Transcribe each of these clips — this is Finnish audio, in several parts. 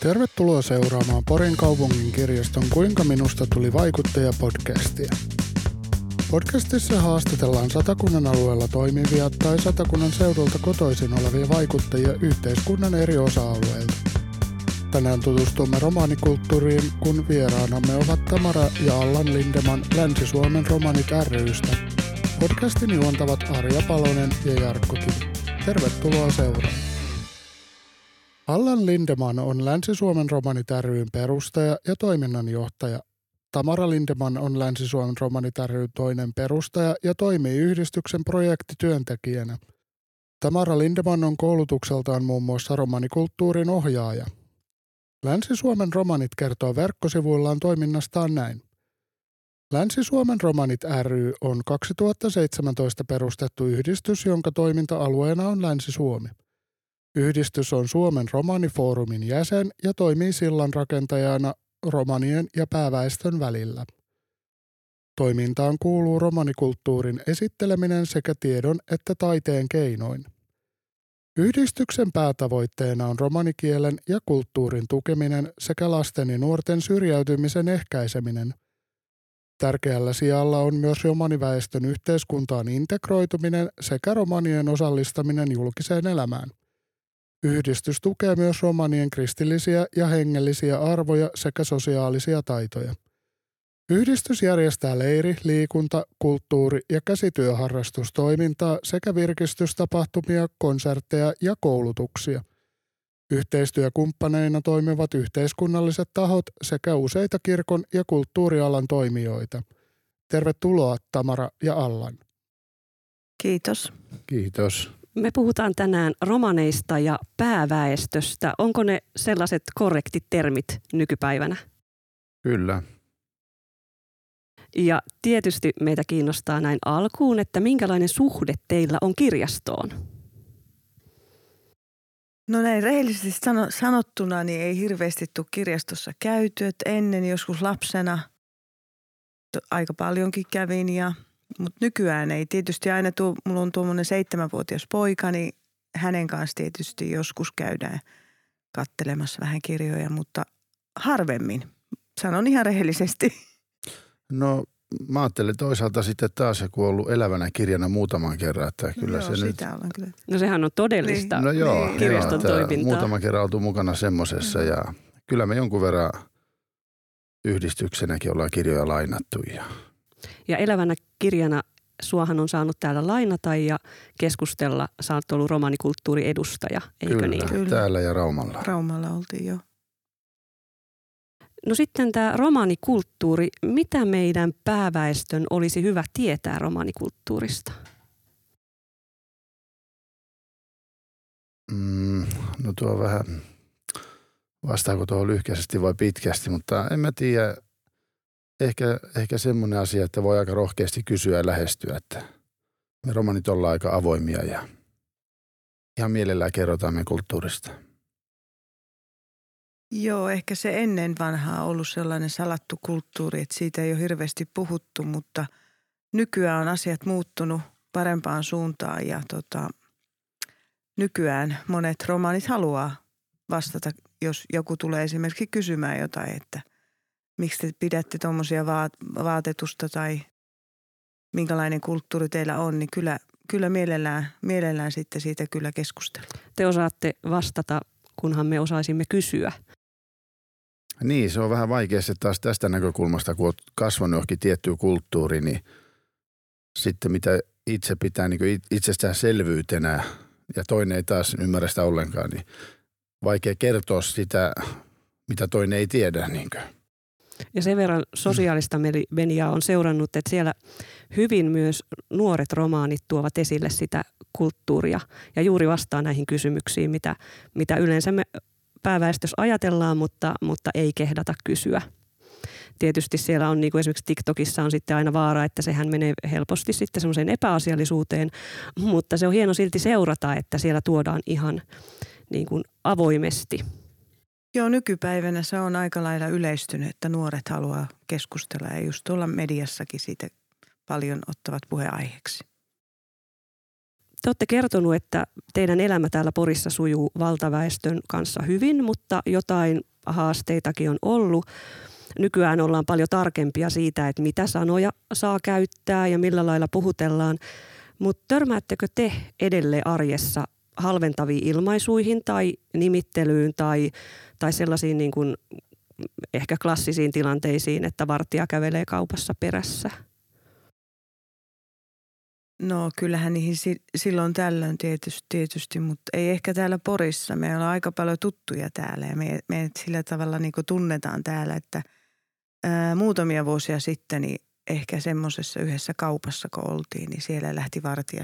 Tervetuloa seuraamaan Porin kaupungin kirjaston Kuinka minusta tuli vaikuttaja podcastia. Podcastissa haastatellaan Satakunnan alueella toimivia tai Satakunnan seudulta kotoisin olevia vaikuttajia yhteiskunnan eri osa-alueilta. Tänään tutustumme romaanikulttuuriin, kun vieraanamme ovat Tamara ja Allan Lindeman Länsi-Suomen Romanit ry:stä. Podcastin juontavat Arja Palonen ja Jarkko Kivi. Tervetuloa seuraan. Allan Lindeman on Länsi-Suomen Romanit ry:n perustaja ja toiminnanjohtaja. Tamara Lindeman on Länsi-Suomen Romanit ry:n toinen perustaja ja toimii yhdistyksen projektityöntekijänä. Tamara Lindeman on koulutukseltaan muun muassa romanikulttuurin ohjaaja. Länsi-Suomen Romanit kertoo verkkosivuillaan toiminnastaan näin. Länsi-Suomen Romanit ry on 2017 perustettu yhdistys, jonka toiminta-alueena on Länsi-Suomi. Yhdistys on Suomen romanifoorumin jäsen ja toimii sillanrakentajana romanien ja pääväestön välillä. Toimintaan kuuluu romanikulttuurin esitteleminen sekä tiedon että taiteen keinoin. Yhdistyksen päätavoitteena on romanikielen ja kulttuurin tukeminen sekä lasten ja nuorten syrjäytymisen ehkäiseminen. Tärkeällä sijalla on myös romaniväestön yhteiskuntaan integroituminen sekä romanien osallistaminen julkiseen elämään. Yhdistys tukee myös romanien kristillisiä ja hengellisiä arvoja sekä sosiaalisia taitoja. Yhdistys järjestää leiri-, liikunta-, kulttuuri- ja käsityöharrastustoimintaa sekä virkistystapahtumia, konsertteja ja koulutuksia. Yhteistyökumppaneina toimivat yhteiskunnalliset tahot sekä useita kirkon ja kulttuurialan toimijoita. Tervetuloa Tamara ja Allan. Kiitos. Kiitos. Me puhutaan tänään romaneista ja pääväestöstä. Onko ne sellaiset korrektit termit nykypäivänä? Kyllä. Ja tietysti meitä kiinnostaa näin alkuun, että minkälainen suhde teillä on kirjastoon? No näin rehellisesti sanottuna niin ei hirveästi tule kirjastossa käyty. Että ennen joskus lapsena aika paljonkin kävin, mutta nykyään ei tietysti aina tule. Mulla on tuommoinen 7-vuotias poika, niin hänen kanssa tietysti joskus käydään kattelemassa vähän kirjoja, mutta harvemmin. Sanon ihan rehellisesti. No mä ajattelen toisaalta sitten taas, kun on ollut elävänä kirjana muutaman kerran, että kyllä joo, se nyt... Kyllä. No sehän on todellista niin. No joo, kirjaston toimintaa. Muutaman kerran oltu mukana semmosessa ja kyllä me jonkun verran yhdistyksenäkin ollaan kirjoja lainattu. Ja elävänä kirjana suohan on saanut täällä lainata ja keskustella. Sä oot ollut romanikulttuuriedustaja, eikö kyllä, niin? Kyllä, täällä ja Raumalla. Raumalla oltiin jo. No sitten tämä romanikulttuuri. Mitä meidän pääväestön olisi hyvä tietää romanikulttuurista? No tuo on vähän, vastaako tuohon lyhkäisesti vai pitkästi, mutta en mä tiedä. Ehkä semmoinen asia, että voi aika rohkeasti kysyä ja lähestyä, että me romanit ollaan aika avoimia ja ihan mielellään kerrotaan meidän kulttuurista. Joo, ehkä se ennen vanhaa on ollut sellainen salattu kulttuuri, että siitä ei ole hirveästi puhuttu, mutta nykyään on asiat muuttunut parempaan suuntaan ja nykyään monet romanit haluaa vastata, jos joku tulee esimerkiksi kysymään jotain, että miksi te pidätte tuommoisia vaatetusta tai minkälainen kulttuuri teillä on, niin kyllä mielellään sitten siitä kyllä keskustellaan. Te osaatte vastata, kunhan me osaisimme kysyä. Niin, se on vähän vaikea se taas tästä näkökulmasta, kun olet kasvanut johonkin tiettyyn kulttuuriin, niin sitten mitä itse pitää niin kuin itsestäänselvyytenä ja toinen ei taas ymmärrä sitä ollenkaan, niin vaikea kertoa sitä, mitä toinen ei tiedä. Niin kuin. Ja sen verran sosiaalista mediaa on seurannut, että siellä hyvin myös nuoret romaanit tuovat esille sitä kulttuuria ja juuri vastaa näihin kysymyksiin, mitä yleensä me pääväestössä ajatellaan, mutta ei kehdata kysyä. Tietysti siellä on, niin kuin esimerkiksi TikTokissa on sitten aina vaara, että sehän menee helposti sitten semmoiseen epäasiallisuuteen, mutta se on hieno silti seurata, että siellä tuodaan ihan niin kuin avoimesti. Joo, nykypäivänä se on aika lailla yleistynyt, että nuoret haluaa keskustella ja just tuolla mediassakin siitä paljon ottavat puheaiheeksi. Te olette kertonut, että teidän elämä täällä Porissa sujuu valtaväestön kanssa hyvin, mutta jotain haasteitakin on ollut. Nykyään ollaan paljon tarkempia siitä, että mitä sanoja saa käyttää ja millä lailla puhutellaan. Mutta törmäättekö te edelleen arjessa halventaviin ilmaisuihin tai nimittelyyn tai sellaisiin niin kuin ehkä klassisiin tilanteisiin, että vartija kävelee kaupassa perässä? No kyllähän niihin silloin tällöin tietysti, mutta ei ehkä täällä Porissa. Me ollaan aika paljon tuttuja täällä ja me sillä tavalla niin kuin tunnetaan täällä, että muutamia vuosia sitten niin ehkä semmoisessa yhdessä kaupassa, kun oltiin, niin siellä lähti vartija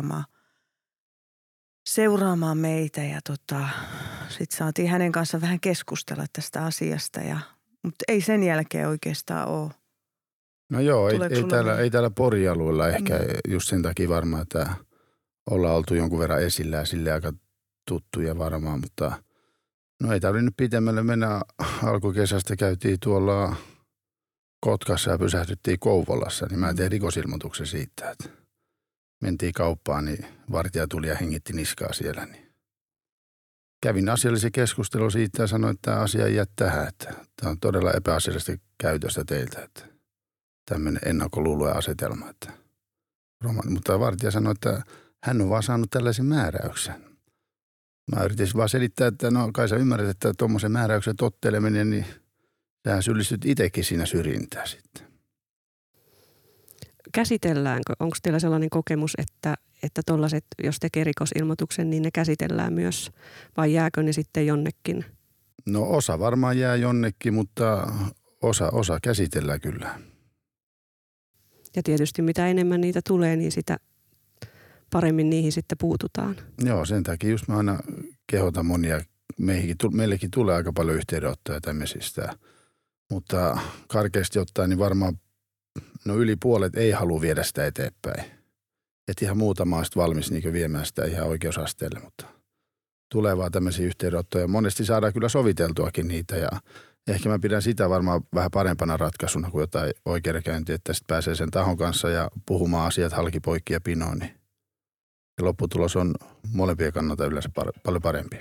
seuraamaan meitä ja sitten saatiin hänen kanssa vähän keskustella tästä asiasta, mutta ei sen jälkeen oikeastaan ole. No joo, ei täällä Pori-alueella ehkä just sen takia varmaan, että ollaan oltu jonkun verran esillä ja sille aika tuttuja varmaan, mutta no ei tarvinnut pitemmälle mennä. Alkukesästä käytiin tuolla Kotkassa ja pysähdyttiin Kouvolassa, niin mä tein rikosilmoituksen siitä, että mentiin kauppaan, niin vartija tuli ja hengitti niskaa siellä. Niin kävin asiallisen keskustelun siitä ja sanoin, että tämä asia ei jää tähän, että tämä on todella epäasiallista käytöstä teiltä, että tämmöinen ennakkoluulo ja asetelma. Mutta vartija sanoi, että hän on vaan saanut tällaisen määräyksen. Mä yritin vaan selittää, että no kai sä ymmärrät, että tuommoisen määräyksen totteleminen, niin sähän syyllistyt itsekin siinä syrjintää sitten. Käsitelläänkö? Onko teillä sellainen kokemus, että tuollaiset, jos tekee rikosilmoituksen, niin ne käsitellään myös vai jääkö ne sitten jonnekin? No osa varmaan jää jonnekin, mutta osa käsitellään kyllä. Ja tietysti mitä enemmän niitä tulee, niin sitä paremmin niihin sitten puututaan. Joo, sen takia just mä aina kehotan monia. Meillekin tulee aika paljon yhteydenottoja tämmöisistä, mutta karkeasti ottaen niin varmaan yli puolet ei halua viedä sitä eteenpäin. Että ihan muutama on valmis niin viemään sitä ihan oikeusasteelle, mutta tulee vaan tämmöisiä yhteydenottoja. Monesti saadaan kyllä soviteltuakin niitä ja ehkä mä pidän sitä varmaan vähän parempana ratkaisuna kuin jotain oikeudenkäyntiä, että sitten pääsee sen tahon kanssa ja puhumaan asiat halki poikki ja pinoon, niin lopputulos on molempien kannalta yleensä paljon parempi.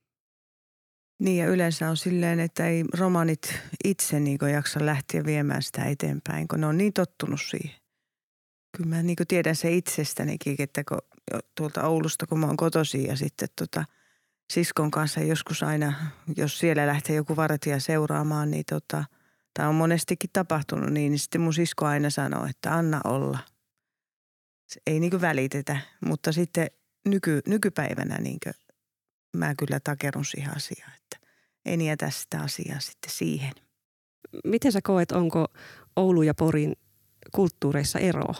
Niin ja yleensä on silleen, että ei romanit itse niin jaksa lähteä viemään sitä eteenpäin, kun ne on niin tottunut siihen. Kyllä mä niin tiedän se itsestänikin, että tuolta Oulusta, kun mä oon kotoisin ja sitten siskon kanssa joskus aina, jos siellä lähtee joku vartija seuraamaan, niin tai on monestikin tapahtunut niin sitten mun sisko aina sanoo, että anna olla. Se ei niin välitetä, mutta sitten nykypäivänä niin mä kyllä takerun siihen asiaan, että en jätä sitä asiaa sitten siihen. Miten sä koet, onko Oulun ja Porin kulttuureissa eroa?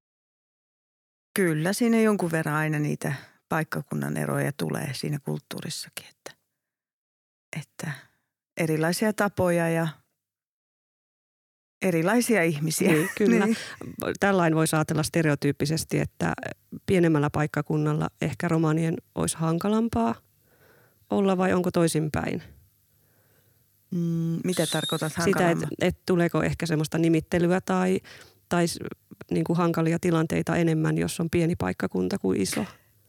Kyllä siinä jonkun verran aina niitä paikkakunnan eroja tulee siinä kulttuurissakin, että erilaisia tapoja ja erilaisia ihmisiä. Niin, kyllä. Niin. Tällainen voisi ajatella stereotyyppisesti, että pienemmällä paikkakunnalla ehkä romanien olisi hankalampaa olla vai onko toisinpäin? Mitä tarkoitat hankalampaa? Sitä, että tuleeko ehkä semmoista nimittelyä tai niin kuin hankalia tilanteita enemmän, jos on pieni paikkakunta kuin iso?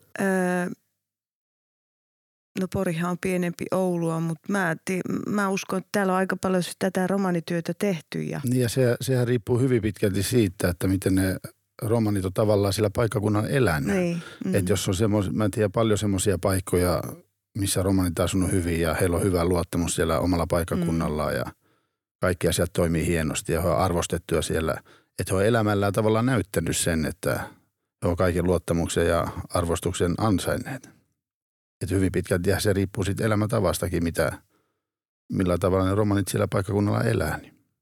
No Porihan on pienempi Oulua, mutta mä uskon, että täällä on aika paljon tätä romanityötä tehty. Niin ja sehän riippuu hyvin pitkälti siitä, että miten ne romanit on tavallaan sillä paikkakunnalla elänyt. Niin. Mm-hmm. Että jos on mä en tiedä paljon semmoisia paikkoja, missä romanit on asunut hyvin ja heillä on hyvä luottamus siellä omalla paikkakunnallaan ja kaikki asiat toimii hienosti ja he on arvostettuja siellä. Että he on elämällään tavallaan näyttänyt sen, että he on kaiken luottamuksen ja arvostuksen ansainneet. Että hyvin pitkälti se riippuu siitä elämäntavastakin, millä tavalla ne romanit siellä paikkakunnalla elää.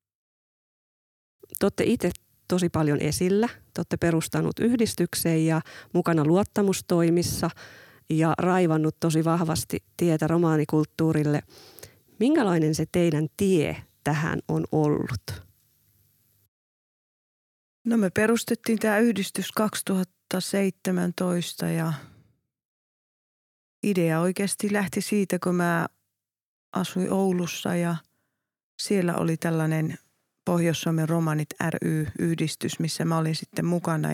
Te olette itse tosi paljon esillä. Te olette perustanut yhdistyksen ja mukana luottamustoimissa ja raivannut tosi vahvasti tietä romaanikulttuurille. Minkälainen se teidän tie tähän on ollut? No me perustettiin tämä yhdistys 2017 ja idea oikeasti lähti siitä, kun mä asuin Oulussa ja siellä oli tällainen Pohjois-Suomen romanit ry-yhdistys, missä mä olin sitten mukana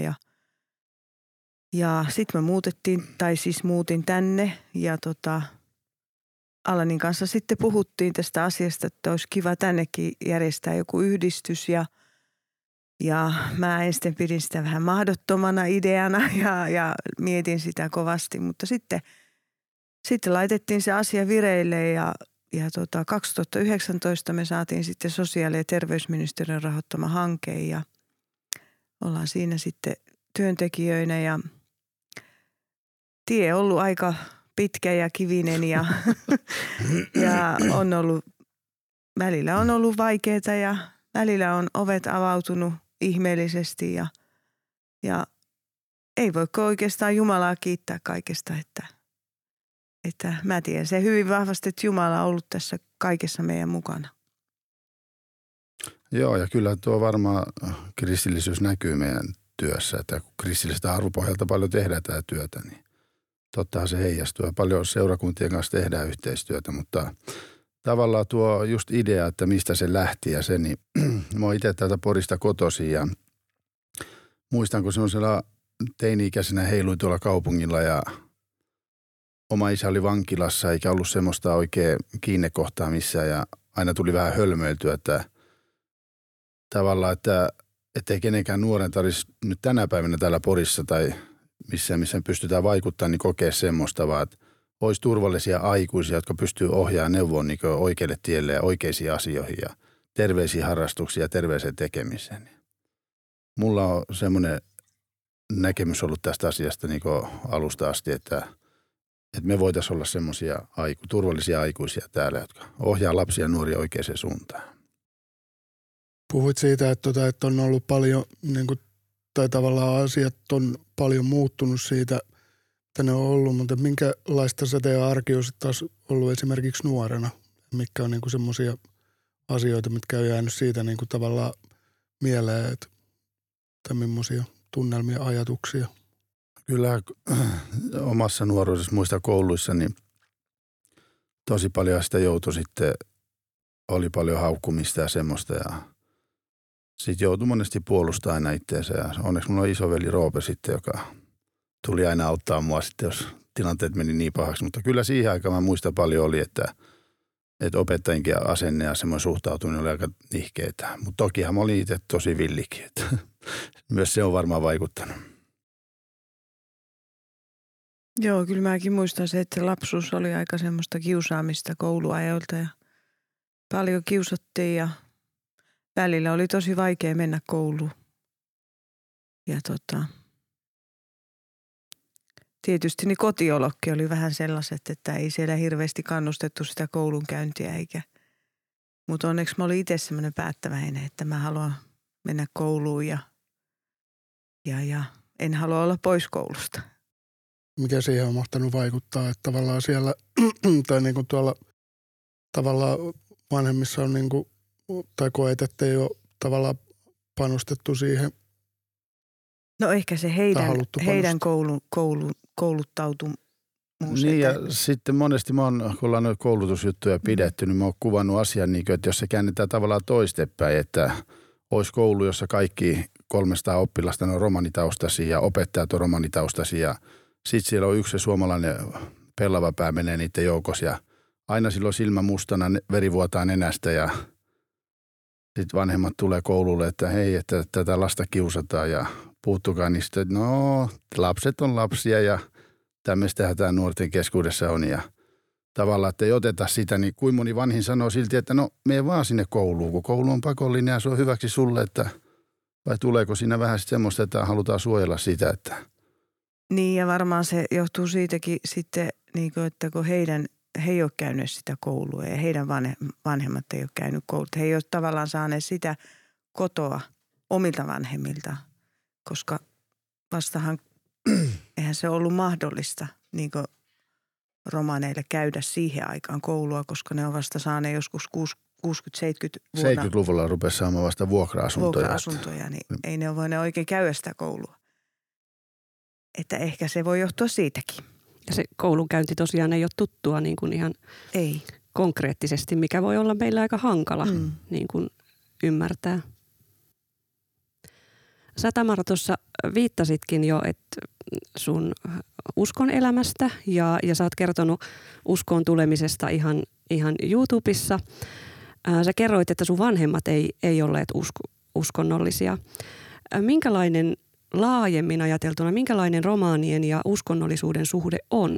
ja sitten me muutin tänne ja Alanin kanssa sitten puhuttiin tästä asiasta, että olisi kiva tännekin järjestää joku yhdistys ja mä ensin pidin sitä vähän mahdottomana ideana ja mietin sitä kovasti, mutta sitten laitettiin se asia vireille ja 2019 me saatiin sitten sosiaali- ja terveysministeriön rahoittama hanke ja ollaan siinä sitten työntekijöinä ja tie on ollut aika pitkä ja kivinen ja välillä on ollut vaikeaa ja välillä on ovet avautunut ihmeellisesti ja ei voi oikeastaan Jumalaa kiittää kaikesta, että mä tiedän se hyvin vahvasti, että Jumala on ollut tässä kaikessa meidän mukana. Joo, ja kyllä tuo varmaan kristillisyys näkyy meidän työssä, että kun kristillisestä arvopohjalta paljon tehdään tätä työtä, niin tottahan se heijastuu. Ja paljon seurakuntien kanssa tehdään yhteistyötä, mutta tavallaan tuo just idea, että mistä se lähti ja se, niin mä oon itse täältä Porista kotoisin ja muistan, kun semmoisella teini-ikäisenä heiluin tuolla kaupungilla ja oma isä oli vankilassa eikä ollut semmoista oikein kiinnekohtaa missään ja aina tuli vähän hölmöiltyä, että tavallaan, että ei kenenkään nuoren tarvitsisi nyt tänä päivänä täällä Porissa tai missä pystytään vaikuttamaan, niin kokea semmoista, vaan että olisi turvallisia aikuisia, jotka pystyy ohjaamaan neuvoon niin oikealle tielle ja oikeisiin asioihin ja terveisiin harrastuksiin ja terveeseen tekemiseen. Mulla on semmoinen näkemys ollut tästä asiasta niin alusta asti, että me voitaisiin olla semmoisia turvallisia aikuisia täällä, jotka ohjaa lapsia ja nuoria oikeaan suuntaan. Puhuit siitä, että on ollut paljon, niin kuin, tai tavallaan asiat on paljon muuttunut siitä, että ne on ollut, mutta minkälaista se teidän arki on taas ollut esimerkiksi nuorena? Mitkä on niin semmoisia asioita, mitkä on jäänyt siitä niin kuin tavallaan mieleen, että millaisia tunnelmia, ajatuksia? Kyllä omassa nuoruudessa muista kouluissa, niin tosi paljon sitä joutui sitten, oli paljon haukkumista ja semmoista ja sitten joutui monesti puolustamaan aina itseensä ja onneksi mulla on isoveli Roope sitten, joka tuli aina auttaa mua sitten, jos tilanteet meni niin pahaksi. Mutta kyllä siihen aikaan mä muistan paljon oli, että opettajinkin asenne ja semmoinen suhtautuminen oli aika nihkeetä. Mutta tokihan mä olin itse tosi villikin, että myös se on varmaan vaikuttanut. Joo, kyllä mäkin muistan se, että lapsuus oli aika semmoista kiusaamista kouluajoilta ja paljon kiusattiin ja välillä oli tosi vaikea mennä kouluun. Ja tietysti niin kotiolokki oli vähän sellaiset, että ei siellä hirveästi kannustettu sitä koulun käyntiä mutta onneksi mä olin itse semmoinen päättäväinen, että mä haluan mennä kouluun ja en halua olla pois koulusta. Mikä siihen on mahtanut vaikuttaa, että tavallaan siellä tai niin kuin tuolla tavallaan vanhemmissa on niin kuin, tai koet, että ei ole tavallaan panostettu siihen. No ehkä se heidän kouluttautumus. Niin ja sitten monesti kun ollaan noita koulutusjuttuja pidetty, niin mä oon kuvannut asian niin kuin, että jos se käännetään tavallaan toistepäin, että olisi koulu, jossa kaikki 300 oppilasta on romanitaustaisia ja opettajat on romanitaustaisia ja sitten siellä on yksi suomalainen pellava pää menee niiden joukossa ja aina silloin silmä mustana, veri vuotaa nenästä ja sitten vanhemmat tulee koululle, että hei, että tätä lasta kiusataan ja puuttukaa niistä, että no lapset on lapsia ja tämmöistähän tämä nuorten keskuudessa on ja tavallaan, että ei oteta sitä, niin kuin moni vanhin sanoo silti, että no mene vaan sinne kouluun, kun koulu on pakollinen ja se on hyväksi sulle, että vai tuleeko siinä vähän semmoista, että halutaan suojella sitä, että niin ja varmaan se johtuu siitäkin sitten, niin kuin, että kun he ei ole käynyt sitä koulua ja heidän vanhemmat ei ole käynyt koulua. He ei ole tavallaan saaneet sitä kotoa omilta vanhemmilta, koska vastahan eihän se ollut mahdollista niin kuin romaneille käydä siihen aikaan koulua, koska ne on vasta saaneet joskus 60-70 vuonna. 70-luvulla rupesi saamaan vasta vuokra-asuntoja. Niin ei ne ole voineet oikein käydä sitä koulua. Että ehkä se voi johtua siitäkin. Ja se koulunkäynti tosiaan ei ole tuttua niin kuin ihan konkreettisesti, mikä voi olla meillä aika hankala niin kuin ymmärtää. Sä Tamara tuossa viittasitkin jo, että sun uskon elämästä ja sä oot kertonut uskoon tulemisesta ihan YouTubessa. Sä kerroit, että sun vanhemmat ei olleet uskonnollisia. Minkälainen laajemmin ajateltuna, minkälainen romaanien ja uskonnollisuuden suhde on?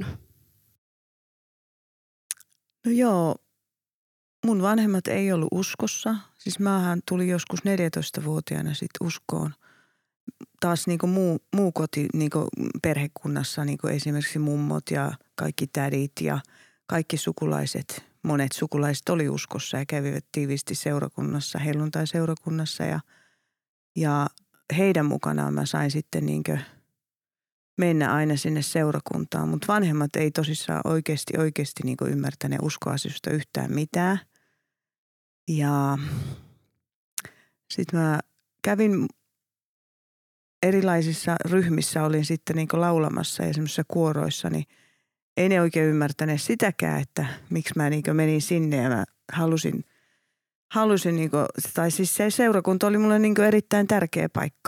No joo, mun vanhemmat ei ollut uskossa. Siis mähän tuli joskus 14-vuotiaana sitten uskoon. Taas niinku muu koti niinku perhekunnassa, niinku esimerkiksi mummot ja kaikki tädit ja kaikki sukulaiset, monet sukulaiset oli uskossa ja kävivät tiiviisti seurakunnassa, helluntai-seurakunnassa ja heidän mukanaan mä sain sitten niinkö mennä aina sinne seurakuntaan, mutta vanhemmat ei tosissaan oikeasti niinku ymmärtäneet uskoasioista yhtään mitään. Ja sitten mä kävin erilaisissa ryhmissä, olin sitten niinku laulamassa ja semmoisissa kuoroissa, niin ei ne oikein ymmärtäneet sitäkään, että miksi mä niinku menin sinne ja mä halusin niinku, tai siis se seurakunta oli mulle niinku erittäin tärkeä paikka.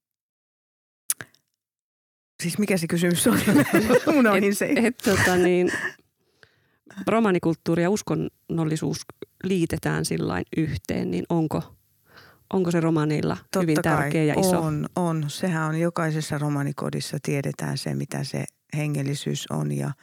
Siis mikä se kysymys on? Unohdin se. Romanikulttuuri ja uskonnollisuus liitetään sillain yhteen, niin onko se romaneilla hyvin tärkeä ja iso? On. Sehän on jokaisessa romanikodissa tiedetään se, mitä se hengellisyys on ja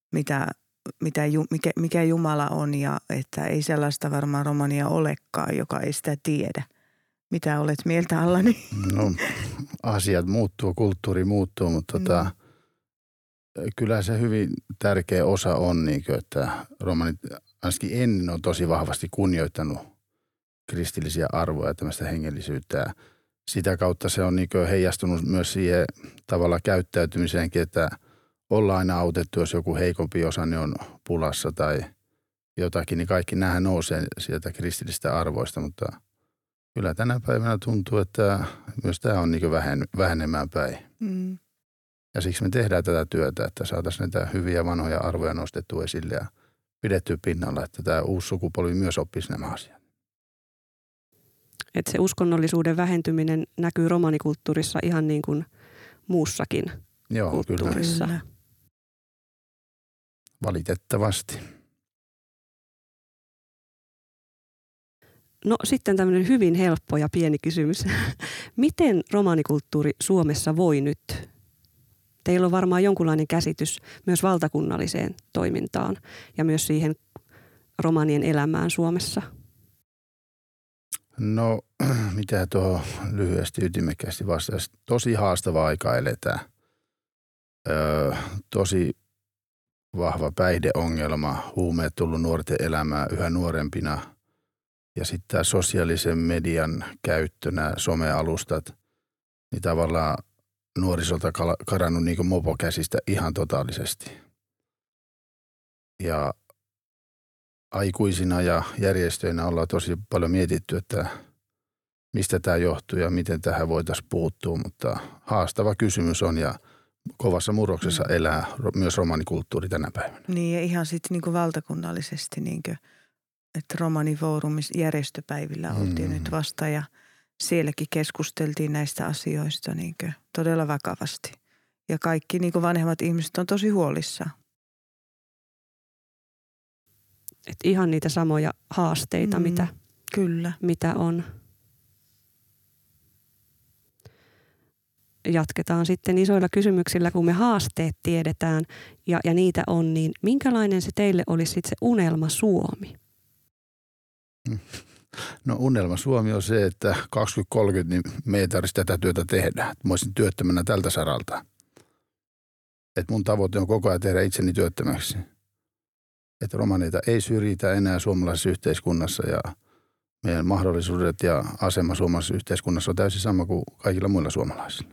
mikä Jumala on ja että ei sellaista varmaan romania olekaan, joka ei sitä tiedä. Mitä olet mieltä, Allani? No, asiat muuttuu, kulttuuri muuttuu, mutta kyllä se hyvin tärkeä osa on, niin kuin, että romanit ainakin ennen on tosi vahvasti kunnioittanut kristillisiä arvoja ja tämmöistä hengellisyyttä. Sitä kautta se on niin kuin heijastunut myös siihen tavalla käyttäytymiseenkin, että ollaan aina autettu, jos joku heikompi osa niin on pulassa tai jotakin, niin kaikki näähän nousee sieltä kristillisistä arvoista, mutta kyllä tänä päivänä tuntuu, että myös tämä on niin kuin vähenemään päin. Mm. Ja siksi me tehdään tätä työtä, että saataisiin näitä hyviä vanhoja arvoja nostettua esille ja pidettyä pinnalla, että tämä uusi sukupolvi myös oppisi nämä asiat. Että se uskonnollisuuden vähentyminen näkyy romanikulttuurissa ihan niin kuin muussakin kulttuurissa. Kyllä. Valitettavasti. No sitten tämmöinen hyvin helppo ja pieni kysymys. Miten romanikulttuuri Suomessa voi nyt? Teillä on varmaan jonkunlainen käsitys myös valtakunnalliseen toimintaan ja myös siihen romanien elämään Suomessa. No, mitä tuohon lyhyesti ytimekkäästi vastaisi. Tosi haastavaa aikaa eletään. Tosi vahva päihdeongelma, huumeet tullut nuorten elämään yhä nuorempina. Ja sitten tämä sosiaalisen median käyttö, nämä somealustat, niin tavallaan nuorisolta karannut niin kuin mopokäsistä ihan totaalisesti. Ja aikuisina ja järjestöinä ollaan tosi paljon mietitty, että mistä tämä johtuu ja miten tähän voitaisiin puuttua, mutta haastava kysymys on ja kovassa murroksessa elää myös romanikulttuuri tänä päivänä. Niin ja ihan sitten niin kuin valtakunnallisesti, niin kuin, että romanifoorumis järjestöpäivillä oltiin nyt vasta ja sielläkin keskusteltiin näistä asioista niin kuin todella vakavasti. Ja kaikki niin kuin vanhemmat ihmiset on tosi huolissaan. Et ihan niitä samoja haasteita, mitä on. Jatketaan sitten isoilla kysymyksillä, kun me haasteet tiedetään ja niitä on, niin minkälainen se teille olisi sitten se unelma Suomi? No unelma Suomi on se, että 2030 niin me ei tarvitsisi tätä työtä tehdä. Mä olisin työttömänä tältä saralta. Että mun tavoite on koko ajan tehdä itseni työttömäksi. Että romaneita ei syrjitä enää suomalaisessa yhteiskunnassa ja meidän mahdollisuudet ja asema suomalaisessa yhteiskunnassa on täysin sama kuin kaikilla muilla suomalaisilla.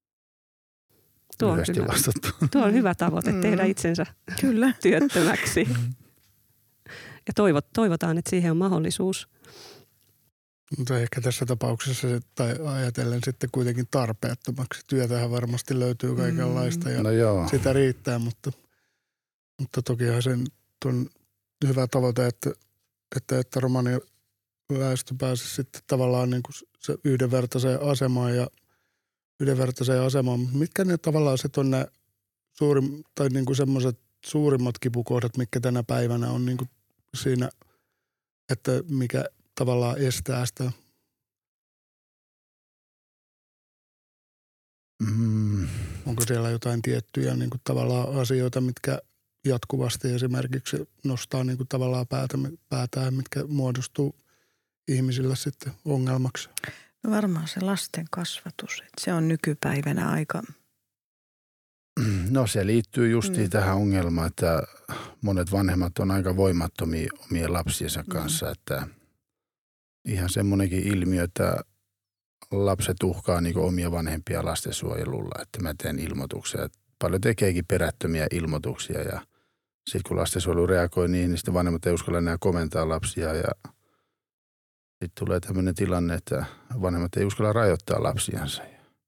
Tuo on hyvä tavoite, tehdä itsensä työttömäksi. Ja toivotaan, että siihen on mahdollisuus. Mutta ehkä tässä tapauksessa tai ajatellen sitten kuitenkin tarpeettomaksi. Työtähän varmasti löytyy kaikenlaista ja sitä riittää, mutta tokihan sen on hyvä tavoite, että romaniväestö pääsisi sitten tavallaan niin kuin se yhdenvertaiseen asemaan. Mitkä ne tavallaan sitten on ne tai niin kuin semmoiset suurimmat kipukohdat, mitkä tänä päivänä on niin kuin siinä, että mikä tavallaan estää sitä? Onko siellä jotain tiettyjä niin kuin tavallaan asioita, mitkä jatkuvasti esimerkiksi nostaa niin kuin tavallaan päätään, mitkä muodostuu ihmisillä sitten ongelmaksi? No varmaan se lasten kasvatus, että se on nykypäivänä aika... No se liittyy justiin tähän ongelmaan, että monet vanhemmat on aika voimattomia omien lapsiensa kanssa, että ihan semmoinenkin ilmiö, että lapset uhkaa niin kuin omia vanhempia lastensuojelulla, että mä teen ilmoituksia. Paljon tekeekin perättömiä ilmoituksia ja sitten kun lastensuojelu reagoi niin sitten vanhemmat ei uskalla enää komentaa lapsia ja sitten tulee tämmöinen tilanne, että vanhemmat ei uskalla rajoittaa lapsiansa.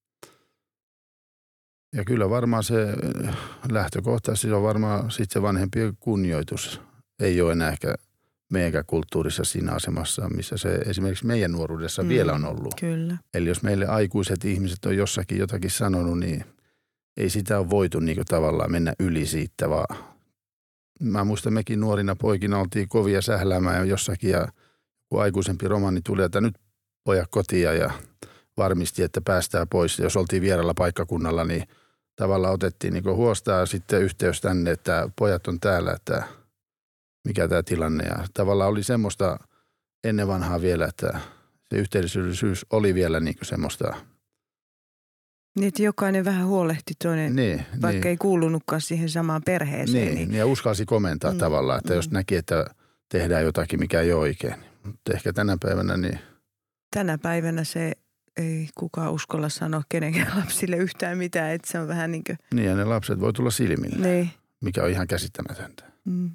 Ja kyllä varmaan se lähtökohtaisesti on varmaan sitten se vanhempien kunnioitus. Ei ole enää ehkä meidänkään kulttuurissa siinä asemassa, missä se esimerkiksi meidän nuoruudessa vielä on ollut. Kyllä. Eli jos meille aikuiset ihmiset on jossakin jotakin sanonut, niin ei sitä ole voitu niin kuin tavallaan mennä yli siitä, vaan mä muistan mekin nuorina poikina oltiin kovia sähläämään jossakin ja kun aikuisempi romani tuli, että nyt pojat kotia ja varmisti, että päästään pois. Jos oltiin vierellä paikkakunnalla, niin tavallaan otettiin niin kuin huostaa sitten yhteys tänne, että pojat on täällä, että mikä tämä tilanne. Ja tavallaan oli semmoista ennen vanhaa vielä, että se yhteisöllisyys oli vielä niin kuin semmoista. Niin, että jokainen vähän huolehti toinen, vaikka ei kuulunutkaan siihen samaan perheeseen. Niin, ja uskalsi komentaa tavallaan, että jos näki, että tehdään jotakin, mikä ei ole oikein. Mutta ehkä tänä päivänä niin... Tänä päivänä se ei kukaan uskalla sanoa kenenkään lapsille yhtään mitään, että se on vähän niin kuin... Niin, ja ne lapset voi tulla silmille, niin. Mikä on ihan käsittämätöntä.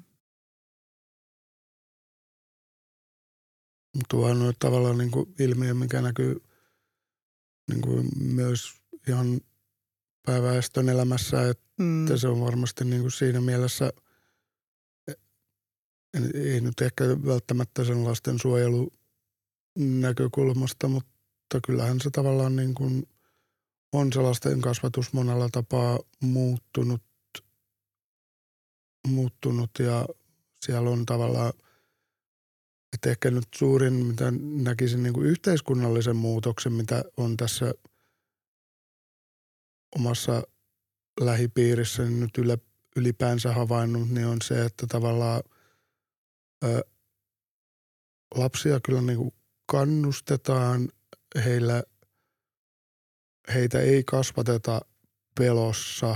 Tuohan on tavallaan niin kuin ilmiö, mikä näkyy niin kuin myös ihan pääväestön elämässä, että se on varmasti niin kuin siinä mielessä, ei nyt ehkä välttämättä sen lastensuojelun näkökulmasta, mutta kyllähän se tavallaan niin kuin on se lasten kasvatus monella tapaa muuttunut ja siellä on tavallaan, että ehkä nyt suurin, mitä näkisin niin kuin yhteiskunnallisen muutoksen, mitä on tässä omassa lähipiirissä nyt ylipäänsä havainnut, niin on se, että tavallaan lapsia kyllä niin kuin kannustetaan, heitä ei kasvateta pelossa,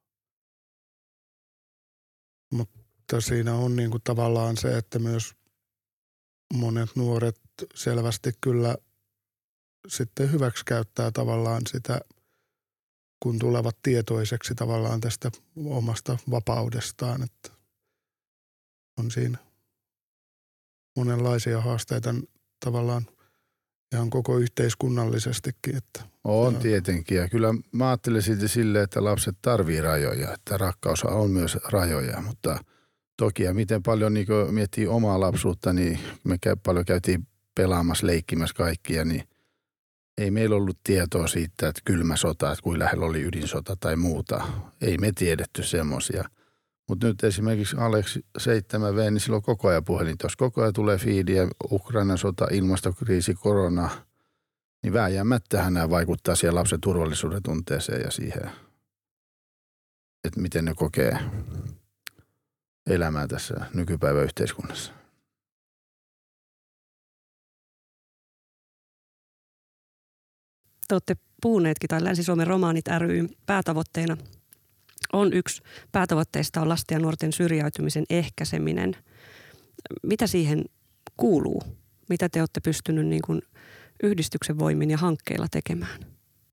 mutta siinä on niin kuin tavallaan se, että myös monet nuoret selvästi kyllä sitten hyväksikäyttää tavallaan sitä, kun tulevat tietoiseksi tavallaan tästä omasta vapaudestaan, että on siinä monenlaisia haasteita tavallaan ihan koko yhteiskunnallisestikin. Että on tietenkin ja kyllä mä ajattelen silleen, että lapset tarvii rajoja, että rakkaus on myös rajoja, mutta toki ja miten paljon niin miettii omaa lapsuutta, niin me paljon käytiin pelaamassa, leikkimässä kaikkia, niin ei meillä ollut tietoa siitä, että kylmä sota, että kuinka lähellä oli ydinsota tai muuta. Ei me tiedetty semmoisia. Mutta nyt esimerkiksi Alex 7V, niin silloin koko ajan puhelin. Jos koko ajan tulee fiidiä, Ukrainan sota, ilmastokriisi, korona, niin vääjäämättähän nämä vaikuttaa siihen lapsen turvallisuuden tunteeseen ja siihen, että miten ne kokee elämää tässä nykypäivän yhteiskunnassa. Te olette puhuneetkin, tai Länsi-Suomen romaanit ry päätavoitteena on yksi päätavoitteista on lasten ja nuorten syrjäytymisen ehkäiseminen. Mitä siihen kuuluu? Mitä te olette pystynyt niin kuin yhdistyksen voimin ja hankkeilla tekemään?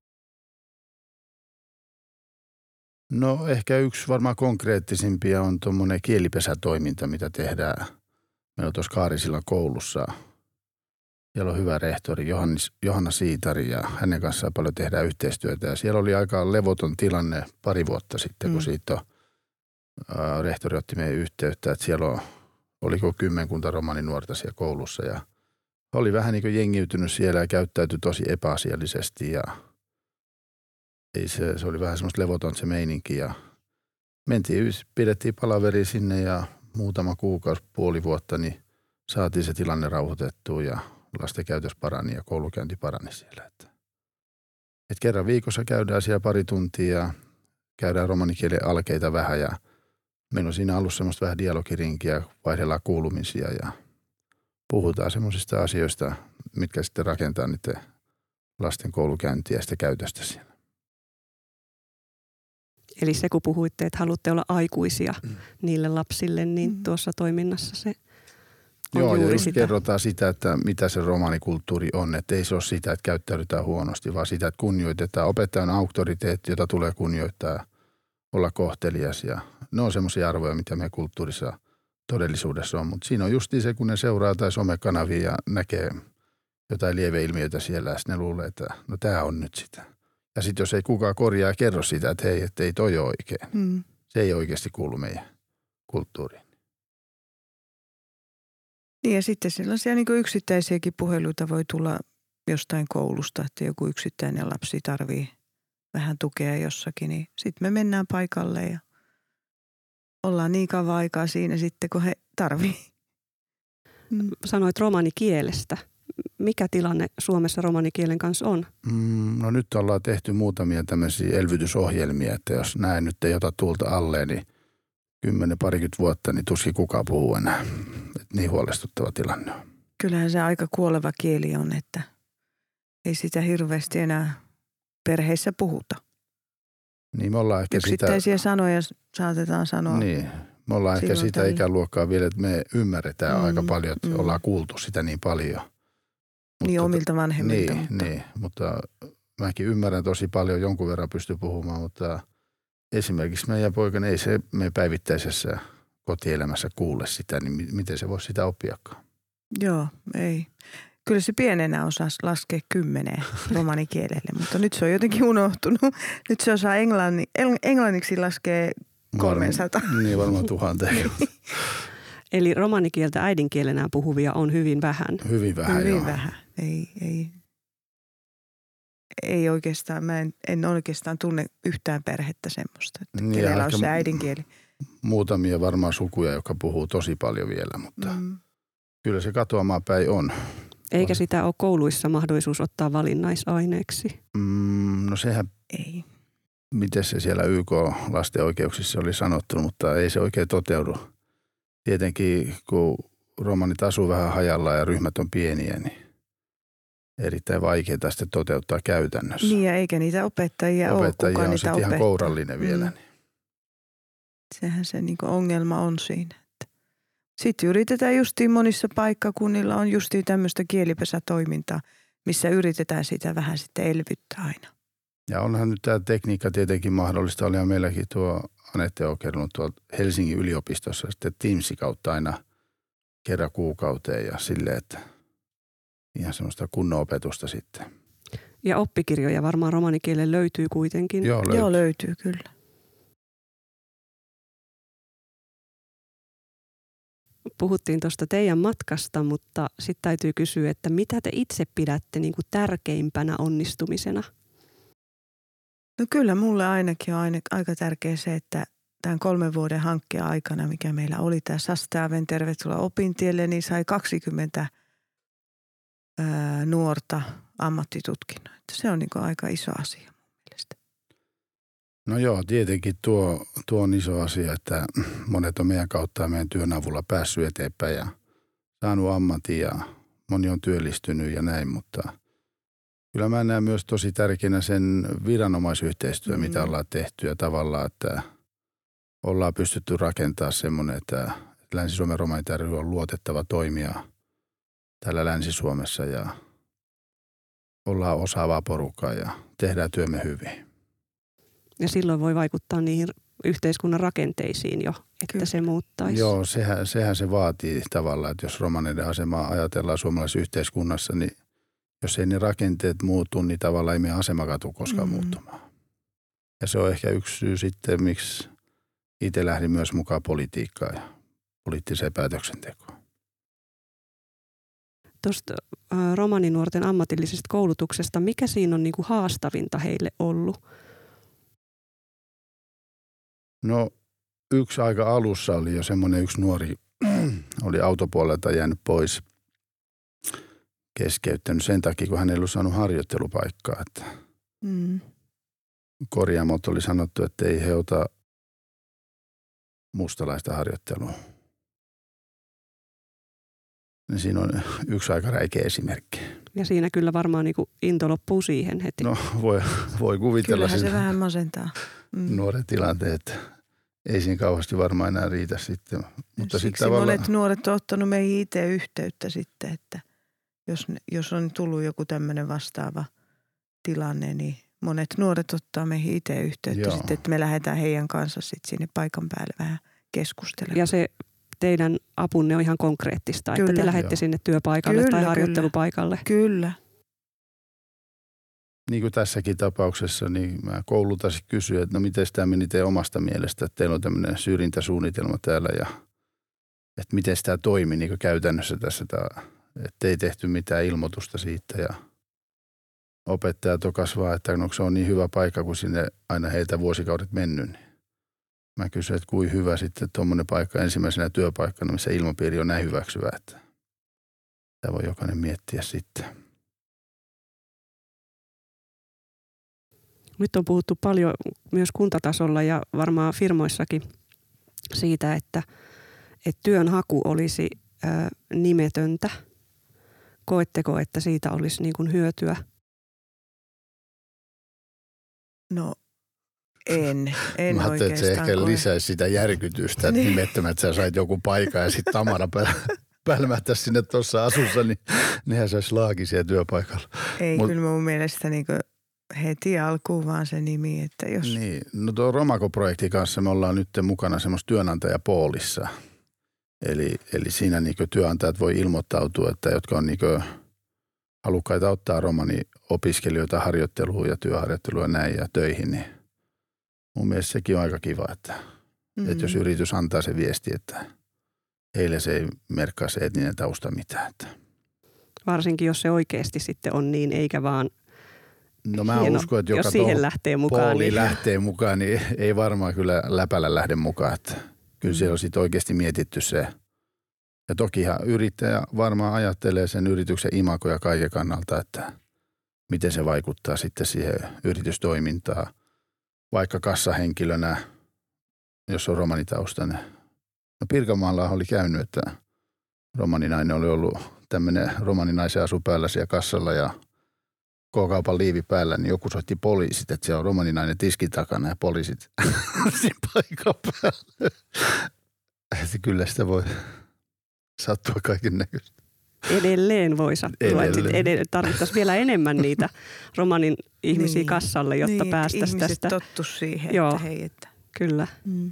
No ehkä yksi varmaan konkreettisimpia on tuommoinen kielipesätoiminta, mitä tehdään. Meillä on tuossa Kaarisillan koulussa. Siellä on hyvä rehtori Johanna Siitari ja hänen kanssaan paljon tehdään yhteistyötä. Ja siellä oli aika levoton tilanne pari vuotta sitten, kun siitä rehtori otti meidän yhteyttä. Että siellä oliko 10 romaninuorta siellä koulussa ja oli vähän niin kuin jengiytynyt siellä ja käyttäytyi tosi epäasiallisesti. Ja ei se oli vähän semmoista levoton se meininki ja pidettiin palaveri sinne ja muutama kuukausi, puoli vuotta, niin saatiin se tilanne rauhoitettua ja lasten käytös parani ja koulukäynti parani siellä. Että kerran viikossa käydään siellä pari tuntia ja käydään romanikielen alkeita vähän ja meillä on siinä alussa semmoista vähän dialogirinkiä, vaihdellaan kuulumisia ja puhutaan semmoisista asioista, mitkä sitten rakentaa niiden lasten koulukäyntiä ja sitä käytöstä siellä. Eli se, kun puhuitte, että haluatte olla aikuisia niille lapsille, niin tuossa toiminnassa se on Joo, juuri ja sitä. kerrotaan sitä, että mitä se romanikulttuuri on. Että ei se ole sitä, että käyttäydytään huonosti, vaan sitä, että kunnioitetaan. Opettajan auktoriteetti, jota tulee kunnioittaa, olla kohtelias. Ja ne on semmoisia arvoja, mitä meidän kulttuurissa todellisuudessa on. Mutta siinä on just se, kun ne seuraa tai somekanavia ja näkee jotain lieveilmiöitä siellä. Ja ne luulee, että no tämä on nyt sitä. Ja sitten jos ei kukaan korjaa ja kerro sitä, että hei, että ei toi ole oikein. Se ei oikeasti kuulu meidän kulttuuriin. Niin ja sitten sellaisia niin kuin yksittäisiäkin puheluita voi tulla jostain koulusta, että joku yksittäinen lapsi tarvii vähän tukea jossakin, niin sitten me mennään paikalle ja ollaan niin kauan aikaa siinä sitten, kun he tarvii. Sanoit romanikielestä. Mikä tilanne Suomessa romanikielen kanssa on? No nyt ollaan tehty muutamia tämmöisiä elvytysohjelmia, että jos näin nyt ei ota tuulta alle, niin 10-20 vuotta, niin tuskin kukaan puhuu enää. Et niin huolestuttava tilanne on. Kyllähän se aika kuoleva kieli on, että ei sitä hirveästi enää perheissä puhuta. Niin me ollaan ehkä yksittäisiä sanoja saatetaan sanoa. Niin, me ollaan ehkä sitä ikäluokkaa vielä, että me ymmärretään aika paljon, että ollaan kuultu sitä niin paljon. Niin omilta vanhemmilta. Niin, mutta mäkin ymmärrän tosi paljon, jonkun verran pysty puhumaan, mutta esimerkiksi meidän poikani ei se me päivittäisessä kotielämässä kuule sitä, niin miten se voisi sitä oppiakaan? Joo, ei. Kyllä se pienenä osasi laskea 10 romanikielelle, mutta nyt se on jotenkin unohtunut. Nyt se osaa englanniksi laskea 300. Niin, varmaan 1000. Eli romanikieltä äidinkielenään puhuvia on hyvin vähän. Hyvin vähän, Hyvin joo. vähän. Ei oikeastaan, mä en oikeastaan tunne yhtään perhettä semmoista, että niin, kenellä on se äidinkieli. Muutamia varmaan sukuja, jotka puhuu tosi paljon vielä, mutta kyllä se katoamaan päin on. Eikä sitä ole kouluissa mahdollisuus ottaa valinnaisaineeksi? No sehän, ei. Miten se siellä YK-lasten oikeuksissa oli sanottu, mutta ei se oikein toteudu. Tietenkin, kun romanit asuu vähän hajalla ja ryhmät on pieniä, niin erittäin vaikeaa sitten toteuttaa käytännössä. Niin ja eikä niitä opettajia ole, kuka on niitä sitten ihan kourallinen vielä. Niin. Sehän se niinku ongelma on siinä. Sitten yritetään justiin monissa paikkakunnilla on justiin tämmöistä kielipesätoimintaa, missä yritetään sitä vähän sitten elvyttää aina. Ja onhan nyt tämä tekniikka tietenkin mahdollista. Olihan meilläkin tuo Anette okerunut tuolla Helsingin yliopistossa sitten Teamsin kautta aina kerran kuukauteen ja silleen, että ihan semmoista kunnon opetusta sitten. Ja oppikirjoja varmaan romanikielelle löytyy kuitenkin. Joo, löytyy kyllä. Puhuttiin tuosta teidän matkasta, mutta sitten täytyy kysyä, että mitä te itse pidätte niin kuin tärkeimpänä onnistumisena? No kyllä mulle ainakin on aika tärkeä se, että tämän 3 vuoden hankkeen aikana, mikä meillä oli tämä Sastaven tervetuloa opintielle, niin sai 20 nuorta ammattitutkinnon. Se on niin kuin aika iso asia mun mielestä. No joo, tietenkin tuo on iso asia, että monet on meidän kautta ja meidän työn avulla päässyt eteenpäin ja saanut ammatin ja moni on työllistynyt ja näin, mutta kyllä mä näen myös tosi tärkeänä sen viranomaisyhteistyö, mitä ollaan tehty ja tavallaan, että ollaan pystytty rakentamaan semmoinen, että Länsi-Suomen romanit ry on luotettava toimija täällä Länsi-Suomessa ja ollaan osaavaa porukkaa ja tehdään työmme hyvin. Ja silloin voi vaikuttaa niihin yhteiskunnan rakenteisiin jo, että kyllä se muuttaisi. Joo, sehän se vaatii tavallaan, että jos romaneiden asemaa ajatellaan suomalaisessa yhteiskunnassa, niin jos ei ne rakenteet muutu, niin tavallaan ei meidän asema tule koskaan muuttumaan. Ja se on ehkä yksi syy sitten, miksi itse lähdin myös mukaan politiikkaan ja poliittiseen päätöksentekoon. Tuosta romaninuorten ammatillisesta koulutuksesta, mikä siinä on niinku haastavinta heille ollut? No yksi aika alussa oli jo semmoinen yksi nuori, oli autopuolelta jäänyt pois, keskeyttänyt sen takia, kun hän ei ollut saanut harjoittelupaikkaa. Että korjaamot oli sanottu, että ei he ota mustalaista harjoittelua. Niin siinä on yksi aika räikeä esimerkki. Ja siinä kyllä varmaan niin kuin into loppuu siihen heti. No voi kuvitella. Kyllähän se vähän masentaa. Nuoren tilanteet. Ei siinä kauheasti varmaan enää riitä sitten. Mutta siksi tavallaan monet nuoret on ottanut meihin itse yhteyttä sitten, että jos on tullut joku tämmöinen vastaava tilanne, niin monet nuoret ottaa meihin itse yhteyttä sitten, että me lähdetään heidän kanssa sitten sinne paikan päälle vähän keskustelemaan. Ja se teidän apunne on ihan konkreettista, Kyllä. että te lähdette sinne työpaikalle tai harjoittelupaikalle. Kyllä. niin kuin tässäkin tapauksessa, niin mä koulutaisin kysyä, että no miten tämä meni teidän omasta mielestä, että teillä on tämmöinen syrjintäsuunnitelma täällä ja että miten tämä toimi niin kuin käytännössä tässä, että ei tehty mitään ilmoitusta siitä ja opettajat on kasvaa, että no, se on niin hyvä paikka, kun sinne aina heiltä vuosikaudet mennyt. Niin mä kysyn, että kuin hyvä sitten tuommoinen paikka ensimmäisenä työpaikkana, missä ilmapiiri on näin hyväksyvä, että tämä voi jokainen miettiä sitten. Nyt on puhuttu paljon myös kuntatasolla ja varmaan firmoissakin siitä, että työnhaku olisi nimetöntä. Koetteko, että siitä olisi niin kuin hyötyä? Mä No en ajattelin, että se ehkä lisäisi sitä järkytystä, että nimettömät sä sait joku paikan ja sitten Tamara pälmähtäisi sinne tuossa asussa, niin nehän saisi laakisia työpaikalla. Ei, kyllä mun mielestä niin heti alkuun vaan se nimi, että jos... Niin, no tuo Romako-projektin kanssa me ollaan nyt mukana semmoista työnantajapoolissa. Eli siinä niin työnantajat voi ilmoittautua, että jotka on niin halukkaita ottaa romani-opiskelijoita harjoitteluun ja työharjoitteluun ja näin ja töihin, niin mun mielestä sekin on aika kiva, että jos yritys antaa se viesti, että heille se ei merkkaa se etninen tausta mitään. Että. Varsinkin, jos se oikeasti sitten on niin, eikä vaan no mä uskon, että joka siihen lähtee mukaan, niin lähtee mukaan, niin ei varmaan kyllä läpällä lähde mukaan. Että kyllä siellä on sitten oikeasti mietitty se. Ja tokihan yrittäjä varmaan ajattelee sen yrityksen imagoja kaiken kannalta, että miten se vaikuttaa sitten siihen yritystoimintaan. Vaikka kassahenkilönä, jos on romanitaustainen. No Pirkanmaalla oli käynyt, että romaninainen oli ollut tämmöinen romaninaisen asu päällä siellä kassalla ja K-kaupan liivi päällä, niin joku soitti poliisit, että siellä on romaninainen tiskin takana ja poliisit siinä paikan päällä. Kyllä sitä voi sattua kaiken näköistä. Edelleen voi sattua. Tarvittaisiin vielä enemmän niitä romanin ihmisiä kassalle, jotta päästäisiin tästä. Ihmiset tottu siihen, joo, että hei, että... Kyllä.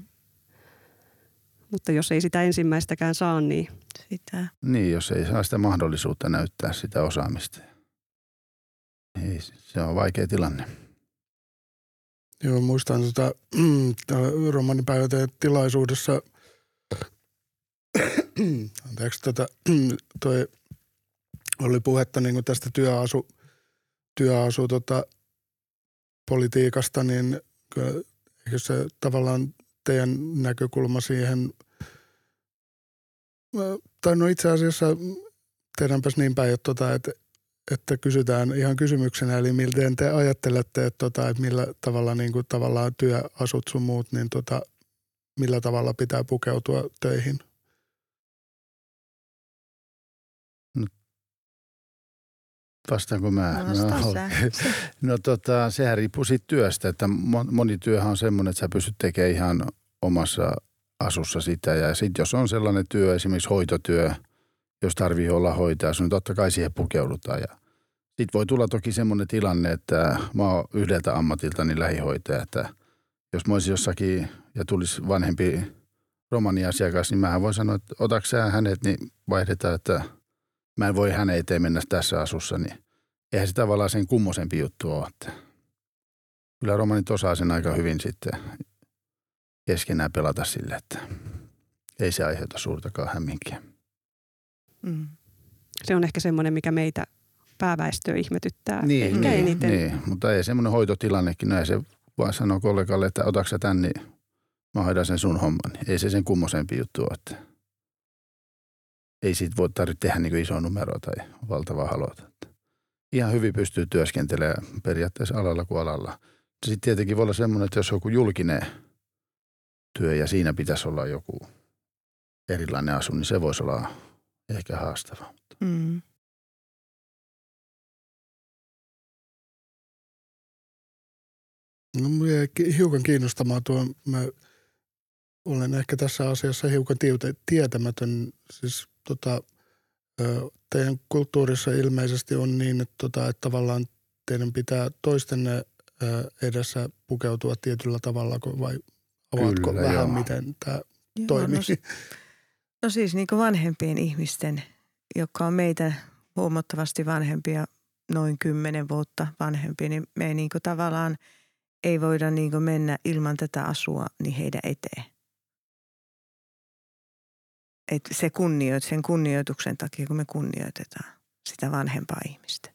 Mutta jos ei sitä ensimmäistäkään saa, niin... Sitä. Niin, jos ei saa sitä mahdollisuutta näyttää sitä osaamista. Ei, se on vaikea tilanne. Joo, muistan romanipäiväteen tilaisuudessa, toi oli puhetta niin kuin tästä politiikasta, niin eikö se tavallaan teidän näkökulma siihen, tai no itse asiassa tehdäänpäs niin päin, että kysytään ihan kysymyksenä, eli miten te ajattelette, että millä tavalla niin kuin tavallaan työasut sun muut, niin millä tavalla pitää pukeutua töihin? Vastaanko mä? No sehän riippuu siitä työstä, että moni työhän on semmoinen, että sä pystyt tekemään ihan omassa asussa sitä. Ja sitten jos on sellainen työ, esimerkiksi hoitotyö, jos tarvii olla hoitaja, niin totta kai siihen pukeudutaan. Ja sitten voi tulla toki semmoinen tilanne, että mä oon yhdeltä ammatiltani lähihoitaja, että jos mä olisin jossakin ja tulisi vanhempi romaniasiakas, niin mähän voin sanoa, että otaks sä hänet, niin vaihdetaan, että mä en voi hänen eteen mennä tässä asussa, niin eihän se tavallaan sen kummosempi juttu ole. Että kyllä romanit osaa sen aika hyvin sitten keskenään pelata sille, että ei se aiheuta suurtakaan hämminkiä. Se on ehkä semmoinen, mikä meitä pääväestöä ihmetyttää. Niin, mutta ei semmoinen hoitotilannekin, näin se vaan sanoo kollegalle, että otatko sä tän, niin mä hoidan sen sun homman. Ei se sen kummosempi juttu ole, että ei siitä voi tarvitse tehdä niin kuin iso numero tai valtavaa halota. Ihan hyvin pystyy työskentelemään periaatteessa alalla kuin alalla. Sitten tietenkin voi olla semmoinen, että jos on joku julkinen työ ja siinä pitäisi olla joku erilainen asu, niin se voisi olla ehkä haastava. Mm. No, minua jäi hiukan kiinnostamaan tuo, mä olen ehkä tässä asiassa hiukan tietämätön. Siis teidän kulttuurissa ilmeisesti on niin, että tavallaan teidän pitää toistenne edessä pukeutua tietyllä tavalla, vai avaatko Kyllä, vähän, joo. miten tämä toimii? No siis niin kuin vanhempien ihmisten, jotka on meitä huomattavasti vanhempia, noin 10 vuotta vanhempia, niin me niin kuin tavallaan ei voida niin kuin mennä ilman tätä asua niin heidän eteen. Että sen kunnioituksen takia, kun me kunnioitetaan sitä vanhempaa ihmistä.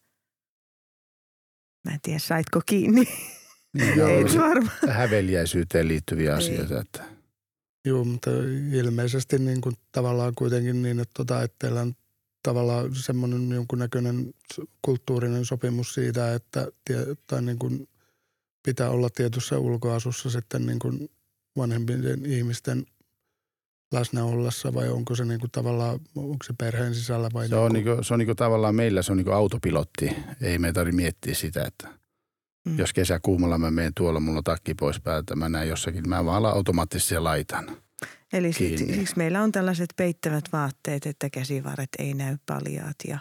Mä en tiedä, saitko kiinni? Niin, Ei joo, varmaan. häveliäisyyteen liittyviä asioita. Että Joo, mutta ilmeisesti niin kuin tavallaan kuitenkin niin, että teillä on tavallaan semmoinen jonkunnäköinen kulttuurinen sopimus siitä, että tai niin kuin pitää olla tietyssä ulkoasussa sitten niin kuin vanhempien ihmisten läsnä ollessa, vai onko se niin kuin tavallaan, onko se perheen sisällä vai? se on niinku tavallaan meillä se on niinku autopilotti. Ei me tarvitse miettiä sitä, että jos kesäkuumalla mä menen tuolla, mulla on takki pois päältä, mä näen jossakin, mä vaan automaattisesti laitan. Eli siksi meillä on tällaiset peittävät vaatteet, että käsivarret ei näy paljaat ja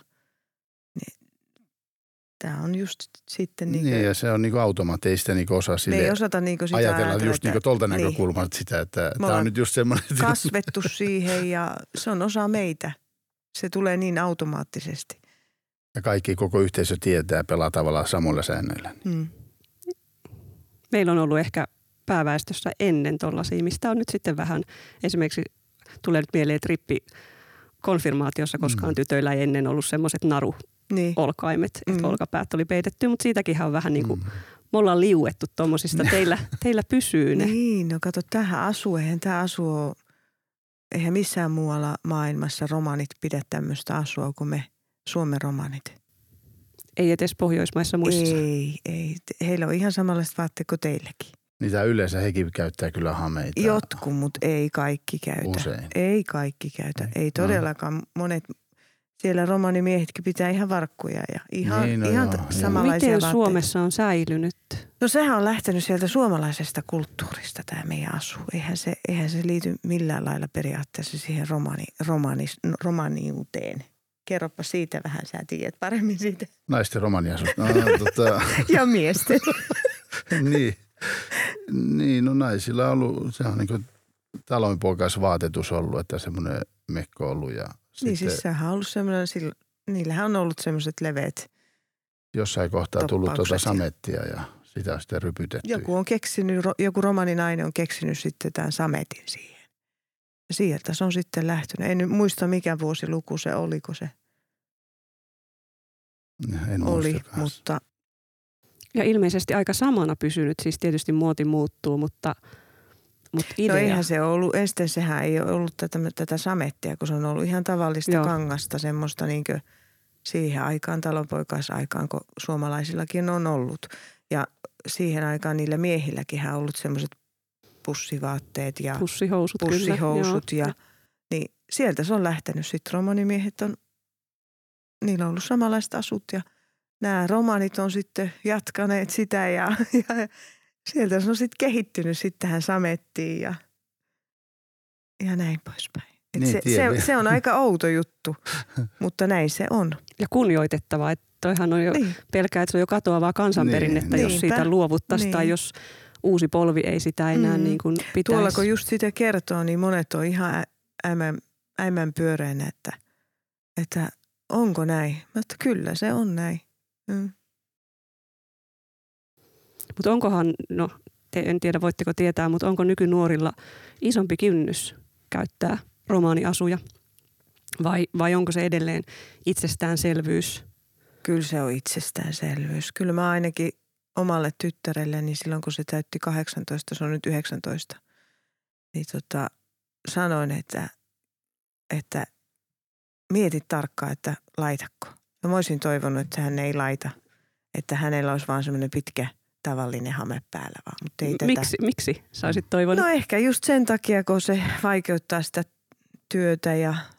tämä on just sitten niin Niin ja se on niinku automaatti, ei sitä niinku osaa me ei sille osata niinku sitä ajatella just niinku tolta niin. näkökulmasta sitä, että Me tämä on nyt just semmoinen. kasvettu siihen ja se on osa meitä. Se tulee niin automaattisesti. Ja kaikki koko yhteisö tietää pelaa tavallaan samoilla säännöillä. Meillä on ollut ehkä pääväestössä ennen tollaisia, mistä on nyt sitten vähän, esimerkiksi tulee nyt mieleen trippikonfirmaatiossa, koska on tytöillä ei ennen ollut semmoiset naruolkaimet, että olkapäät oli peitetty, mutta siitäkin on vähän niin kuin, me ollaan liuettu tuommoisista, teillä pysyy ne. Niin, no kato tähän eihän tämä eihän missään muualla maailmassa romanit pidä tämmöistä asua kuin me Suomen romanit. Ei edes Pohjoismaissa muissa. Ei. Heillä on ihan samanlaiset vaatteet kuin teilläkin. Niitä yleensä hekin käyttää kyllä hameita. Jotkut, mutta ei kaikki käytä. Usein. Ei kaikki käytä. Ei todellakaan. Monet siellä romanimiehetkin pitää ihan varkkuja ja ihan samanlaisia Miten vaatteita. Suomessa on säilynyt? No sehän on lähtenyt sieltä suomalaisesta kulttuurista tämä meidän asu. Eihän se liity millään lailla periaatteessa siihen romaniuteen. Kerropa siitä vähän, sä tiedät paremmin siitä. Naisten romaniasusta. Ja miesten. Niin, no naisilla on ollut, se on niin kuin talonpoikaisvaatetus ollut, että semmoinen mekko on ollut. Ja niin siis sehän on ollut semmoinen, niillähän on ollut semmoiset leveät. Jossain kohtaa tullut samettia ja sitä on sitten rypytetty. Joku romaninainen on keksinyt sitten tämän sametin siihen. Ja sieltä se on sitten lähtenyt. En nyt muista mikä vuosiluku se oliko se. En oli, mutta. Ja ilmeisesti aika samana pysynyt, siis tietysti muoti muuttuu, mutta idea. No eihän se ollut, ensin sehän ei ole ollut tätä samettia, kun se on ollut ihan tavallista kangasta, semmoista niinkö siihen aikaan, talonpoikaisaikaan, kun suomalaisillakin on ollut. Ja siihen aikaan niillä miehilläkin on ollut semmoiset pussivaatteet ja pussihousut ja niin sieltä se on lähtenyt. Sitten romanimiehet niillä on ollut samanlaiset asut ja nämä romanit on sitten jatkaneet sitä ja sieltä se on sitten kehittynyt sitten tähän samettiin ja näin poispäin. Se on aika outo juttu, mutta näin se on. Ja kunnioitettavaa, että toihan on jo pelkää, että se on jo katoavaa kansanperinnettä, jos siitä luovuttaisiin tai jos uusi polvi ei sitä enää niin kuin pitäisi. Tuolla kun just sitä kertoo, niin monet on ihan äimän pyöreänä, että onko näin? Mutta kyllä se on näin. Mutta onkohan, en tiedä voitteko tietää, mutta onko nykynuorilla isompi kynnys käyttää romaaniasuja vai onko se edelleen itsestäänselvyys? Kyllä se on itsestäänselvyys. Kyllä mä ainakin omalle tyttärelleni silloin kun se täytti 18, se on nyt 19, sanoin, että mieti tarkkaan, että laitako. Ja mä olisin toivonut, että hän ei laita, että hänellä olisi vaan semmoinen pitkä tavallinen hame päällä vaan. Mutta ei Miksi sä olisit toivonut? No ehkä just sen takia, kun se vaikeuttaa sitä työtä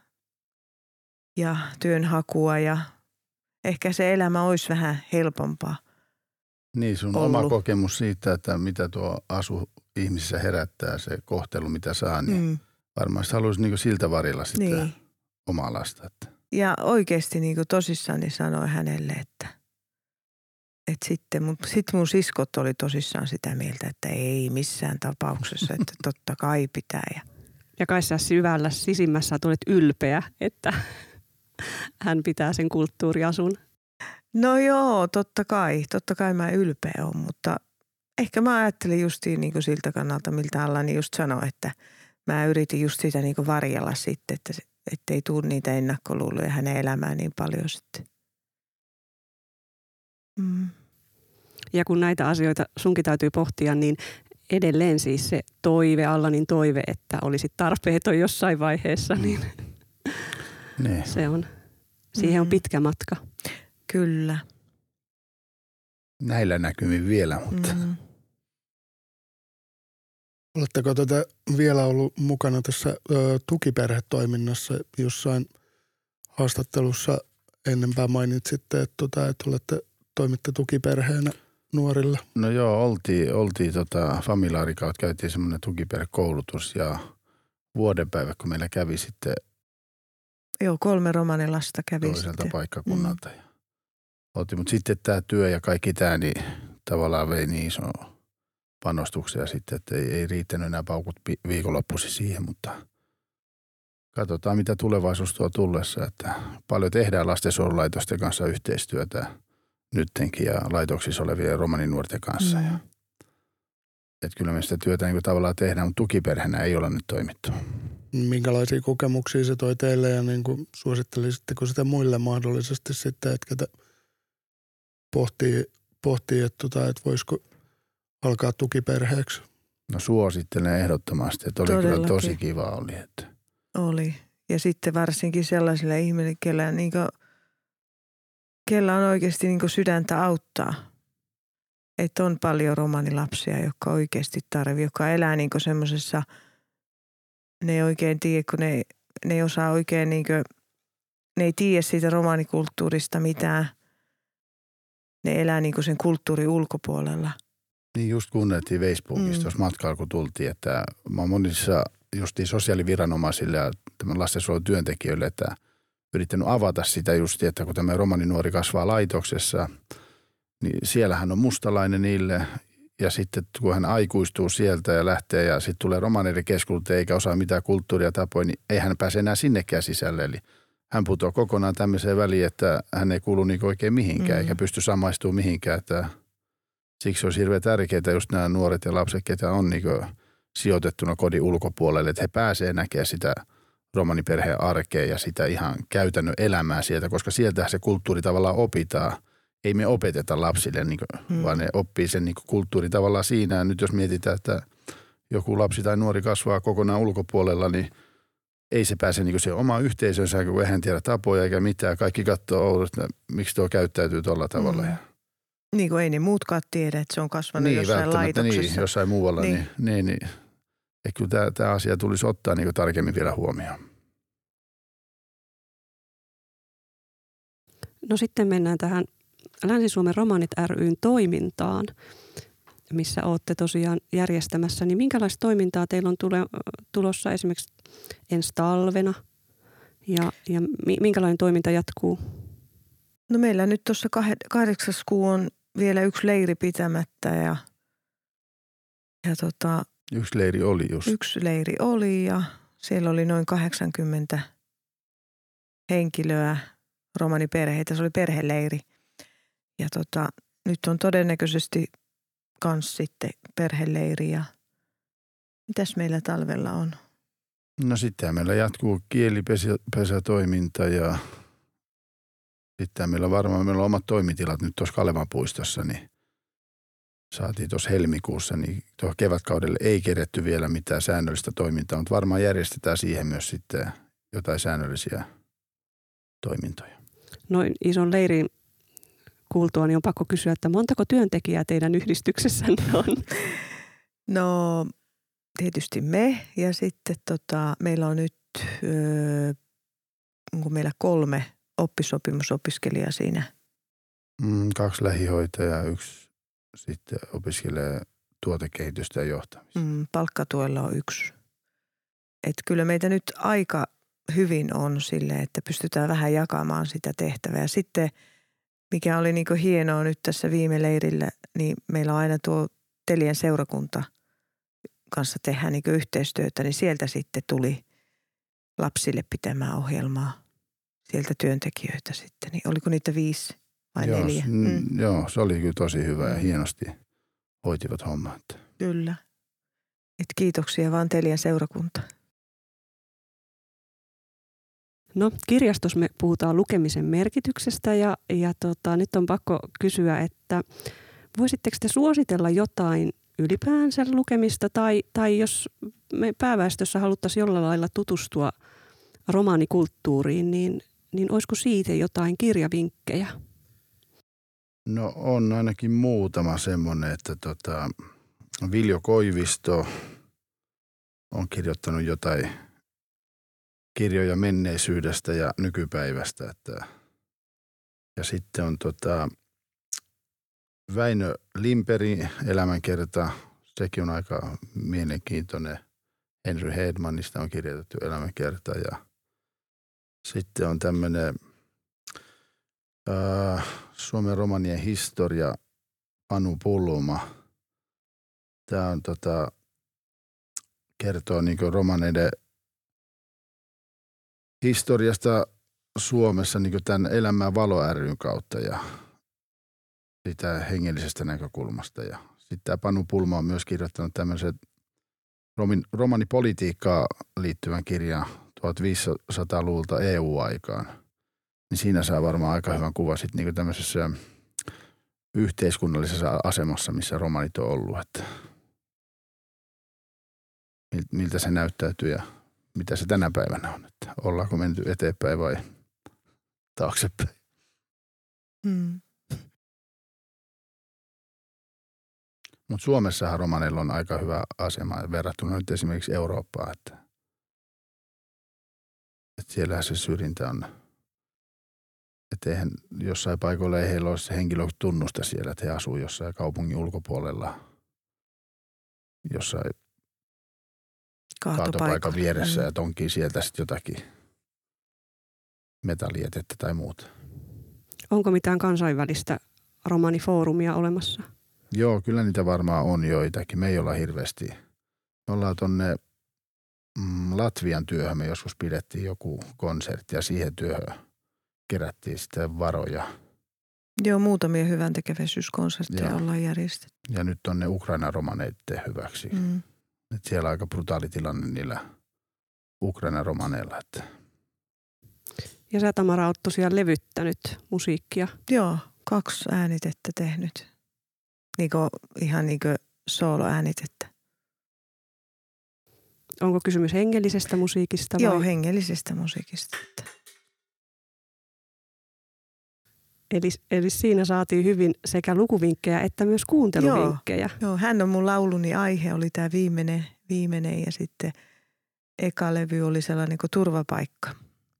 ja työnhakua ja ehkä se elämä olisi vähän helpompaa. Niin, sun ollut. Oma kokemus siitä, että mitä tuo asu ihmisissä herättää, se kohtelu, mitä saa, niin varmaan haluaisi niin siltä varilla sitä omaa lasta. Että. Ja oikeasti niin tosissaan sanoi hänelle, että sitten mun siskot oli tosissaan sitä mieltä, että ei missään tapauksessa, että totta kai pitää. Ja kai sä syvällä sisimmässä olet ylpeä, että hän pitää sen kulttuuriasun. No joo, totta kai mä ylpeä on, mutta ehkä mä ajattelin justiin niin kuin siltä kannalta, miltä Allani just sanoi, että mä yritin just sitä niin kuin varjella sitten, että ei tule niitä ennakkoluuloja hänen elämään niin paljon sitten. Ja kun näitä asioita sunkin täytyy pohtia, niin edelleen siis se toive, Allanin toive, että olisit tarpeeton jossain vaiheessa, niin se on, siihen on pitkä matka. Kyllä. Näillä näkymin vielä, mutta. Oletteko vielä ollut mukana tässä tukiperhetoiminnassa jossain haastattelussa ennenpää mainitsitte, että toimitte tukiperheenä nuorille? No joo, oltiin Familaari kautta, käytiin semmoinen tukiperhekoulutus ja vuodenpäivä, kun meillä kävi sitten. Joo, 3 romanilasta kävi toiselta sitten. paikkakunnalta. Mutta sitten tämä työ ja kaikki tämä, niin tavallaan vei niin iso panostuksia sitten, että ei riittänyt enää paukut viikonloppuisin siihen, mutta katsotaan mitä tulevaisuus tuo tullessa, että paljon tehdään lastensuojelulaitosten kanssa yhteistyötä nyttenkin ja laitoksissa olevien romaninuorten kanssa. Että kyllä me sitä työtä niin tavallaan tehdään, mutta tukiperheenä ei olla nyt toimittu. Minkälaisia kokemuksia se toi teille ja niin kuin suosittelisitteko sitä muille mahdollisesti sitten, että ketä pohtii että voisiko alkaa tukiperheeksi? No suosittelen ehdottomasti, että oli todellakin. Kyllä tosi kiva oli. Että. Oli. Ja sitten varsinkin sellaisille ihmisille, kellä on oikeasti sydäntä auttaa. Että on paljon romanilapsia, jotka oikeasti tarvii, jotka elää semmoisessa, ne ei oikein tiedä, kun ne ei osaa oikein, ne ei tiedä siitä romanikulttuurista mitään. Ne elää sen kulttuurin ulkopuolella. Niin just kuunneltiin Facebookista, jos matkalla kun tultiin, että mä oon monissa justiin sosiaaliviranomaisille ja tämän lastensuojelutyöntekijöille, että yrittänyt avata sitä just, että kun tämä romaninuori kasvaa laitoksessa, niin siellähän on mustalainen niille ja sitten kun hän aikuistuu sieltä ja lähtee ja sitten tulee romaneiden keskuuteen eikä osaa mitään kulttuuria ja tapoja, niin ei hän pääse enää sinnekään sisälle. Eli hän putoaa kokonaan tämmöiseen väliin, että hän ei kuulu oikein mihinkään eikä pysty samaistumaan mihinkään. Että siksi olisi hirveän tärkeää just nämä nuoret ja lapset, ketä on sijoitettuna kodin ulkopuolelle, että he pääsevät näkemään sitä romaniperheen arkea ja sitä ihan käytännön elämää sieltä, koska sieltähän se kulttuuri tavallaan opitaan. Ei me opeteta lapsille, vaan ne oppii sen kulttuuri tavallaan siinä. Ja nyt jos mietitään, että joku lapsi tai nuori kasvaa kokonaan ulkopuolella, niin ei se pääse se oma yhteisönsä, kun eihän tiedä tapoja eikä mitään. Kaikki katsoo, että miksi tuo käyttäytyy tuolla tavalla. Niin kuin ei ne muutkaan tiedä, että se on kasvanut jossain laitoksessa. Niin, jossain muualla. Niin. Ja kyllä tämä asia tulisi ottaa tarkemmin vielä huomioon. No sitten mennään tähän Länsi-Suomen romanit ry:n toimintaan, missä olette tosiaan järjestämässä. Niin minkälaista toimintaa teillä on tulossa esimerkiksi ensi talvena ja minkälainen toiminta jatkuu? No meillä nyt tuossa 8. kuu on vielä 1 leiri pitämättä ja Yksi leiri oli just. 1 leiri oli ja siellä oli noin 80 henkilöä, romaniperheitä. Se oli perheleiri. Ja nyt on todennäköisesti kans sitten perheleiri ja mitäs meillä talvella on? No sitten meillä jatkuu kielipesätoiminta ja sitten meillä on omat toimitilat nyt tuossa Kalevan puistossa, niin saatiin tuossa helmikuussa, niin tuohon kevätkaudelle ei keretty vielä mitään säännöllistä toimintaa, mutta varmaan järjestetään siihen myös sitten jotain säännöllisiä toimintoja. Noin ison leirin kuultua, niin on pakko kysyä, että montako työntekijää teidän yhdistyksessänne on? No tietysti me ja sitten meillä on nyt onko meillä 3 oppisopimusopiskelijaa siinä. 2 lähihoitajaa, 1 sitten opiskelee tuotekehitystä ja johtamista. Palkkatuella on 1. Että kyllä meitä nyt aika hyvin on sille, että pystytään vähän jakamaan sitä tehtävää. Ja sitten mikä oli niin kuin hienoa nyt tässä viime leirillä, niin meillä on aina tuo Telien seurakunta kanssa tehdään niin kuin yhteistyötä, niin sieltä sitten tuli lapsille pitämään ohjelmaa sieltä työntekijöitä sitten. Niin oliko niitä 5 vai 4? Joo, se oli kyllä tosi hyvä ja hienosti hoitivat hommat. Kyllä. Et kiitoksia vaan Telien seurakunta. No kirjastossa me puhutaan lukemisen merkityksestä ja nyt on pakko kysyä, että voisitteko te suositella jotain ylipäänsä lukemista tai jos me pääväestössä haluttaisiin jollain lailla tutustua romaanikulttuuriin, niin olisiko siitä jotain kirjavinkkejä? No on ainakin muutama semmoinen, että Viljo Koivisto on kirjoittanut jotain kirjoja menneisyydestä ja nykypäivästä. Ja sitten on Väinö Limperin elämänkerta, sekin on aika mielenkiintoinen. Henry Hedmanista on kirjoitettu elämänkerta ja sitten on tämmöinen Suomen romanien historia, Panu Puluma. Tämä on kertoo niin romaneiden historiasta Suomessa niin tämän Elämää valo ry:n kautta ja sitä hengellisestä näkökulmasta. Ja sitten tämä Panu Pulma on myös kirjoittanut tämmöisen romanipolitiikkaan liittyvän kirjan 1500-luvulta EU-aikaan. Niin siinä saa varmaan aika hyvän kuvan sitten niin tämmöisessä yhteiskunnallisessa asemassa, missä romanit on ollut. Että miltä se näyttäytyy ja mitä se tänä päivänä on. Että ollaanko menty eteenpäin vai taaksepäin. Mutta Suomessahan romaneilla on aika hyvä asema verrattuna nyt esimerkiksi Eurooppaan. Että siellähän se syrjintä on. Että eihän jossain paikoilla ei heillä ole se henkilötunnusta siellä, että he asuu jossain kaupungin ulkopuolella, jossain kaatopaikan vieressä ja tonkii sieltä sitten jotakin metallietettä tai muuta. Onko mitään kansainvälistä romanifoorumia olemassa? Joo, kyllä niitä varmaan on joitakin. Me ei olla hirveästi. Me ollaan tonne Latvian työhön me joskus pidettiin joku konsertti ja siihen työhön kerättiin sitten varoja. Joo, muutamia hyvän tekeväisyyskonsertteja ollaan järjestetty. Ja nyt on ne Ukrainan romaneiden hyväksi. Et siellä on aika brutaali tilanne niillä Ukrainan romaneilla. Että. Ja sä, Tamara, oot tosiaan levyttänyt musiikkia. Joo, 2 äänitettä tehnyt. Ihan niin kuin soloäänitettä. Onko kysymys hengellisestä musiikista? Vai? Joo, hengellisestä musiikista. Eli siinä saatiin hyvin sekä lukuvinkkejä että myös kuunteluvinkkejä. Joo, hän on mun lauluni aihe, oli tämä viimeinen ja sitten eka levy oli sellainen kuin turvapaikka.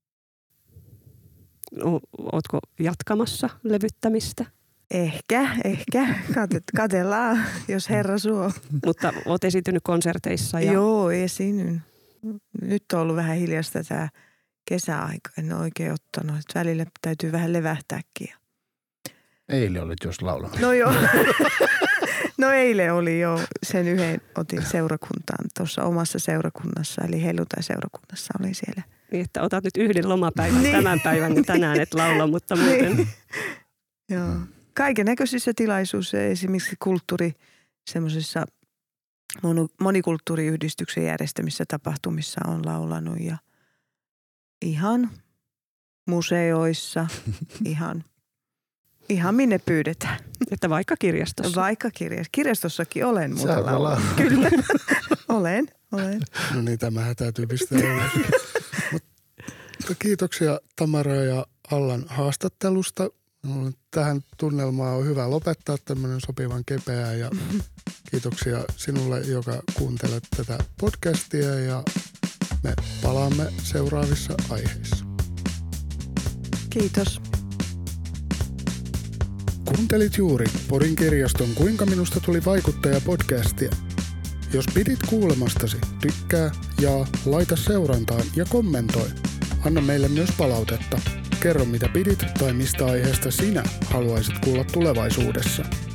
Ootko jatkamassa levyttämistä? Ehkä. Katellaan, jos Herra suo. Mutta oot esiintynyt konserteissa? Ja. Joo, esiinnyn. Nyt on ollut vähän hiljasta tämä kesäaika. En ole oikein ottanut. Välillä täytyy vähän levähtääkin. Eilen olit jos laulamassa. No joo. No eilen oli jo. Sen yhden otin seurakuntaan tuossa omassa seurakunnassa. Eli helluntai-seurakunnassa olin siellä. Niin, että otat nyt yhden lomapäivän tämän päivän ja tänään et laula, mutta muuten. Joo. Kaiken näköisissä tilaisuuksissa, esimerkiksi semmoisissa monikulttuuriyhdistyksen järjestämissä tapahtumissa on laulanut ja ihan museoissa, ihan. Ihan minne pyydetään. Että vaikka kirjastossa. Vaikka kirjastossakin olen muuta Sä laulaa. Kyllä, olen. No niin, tämähän täytyy pistää ylös. Mutta kiitoksia Tamara ja Allan haastattelusta. Tähän tunnelmaan on hyvä lopettaa tämmöinen sopivan kepeä ja kiitoksia sinulle, joka kuuntelet tätä podcastia ja me palaamme seuraavissa aiheissa. Kiitos. Kuuntelit juuri Porin kirjaston Kuinka minusta tuli vaikuttaja podcastia. Jos pidit kuulemastasi, tykkää, jaa, laita seurantaan ja kommentoi. Anna meille myös palautetta. Kerro mitä pidit tai mistä aiheesta sinä haluaisit kuulla tulevaisuudessa.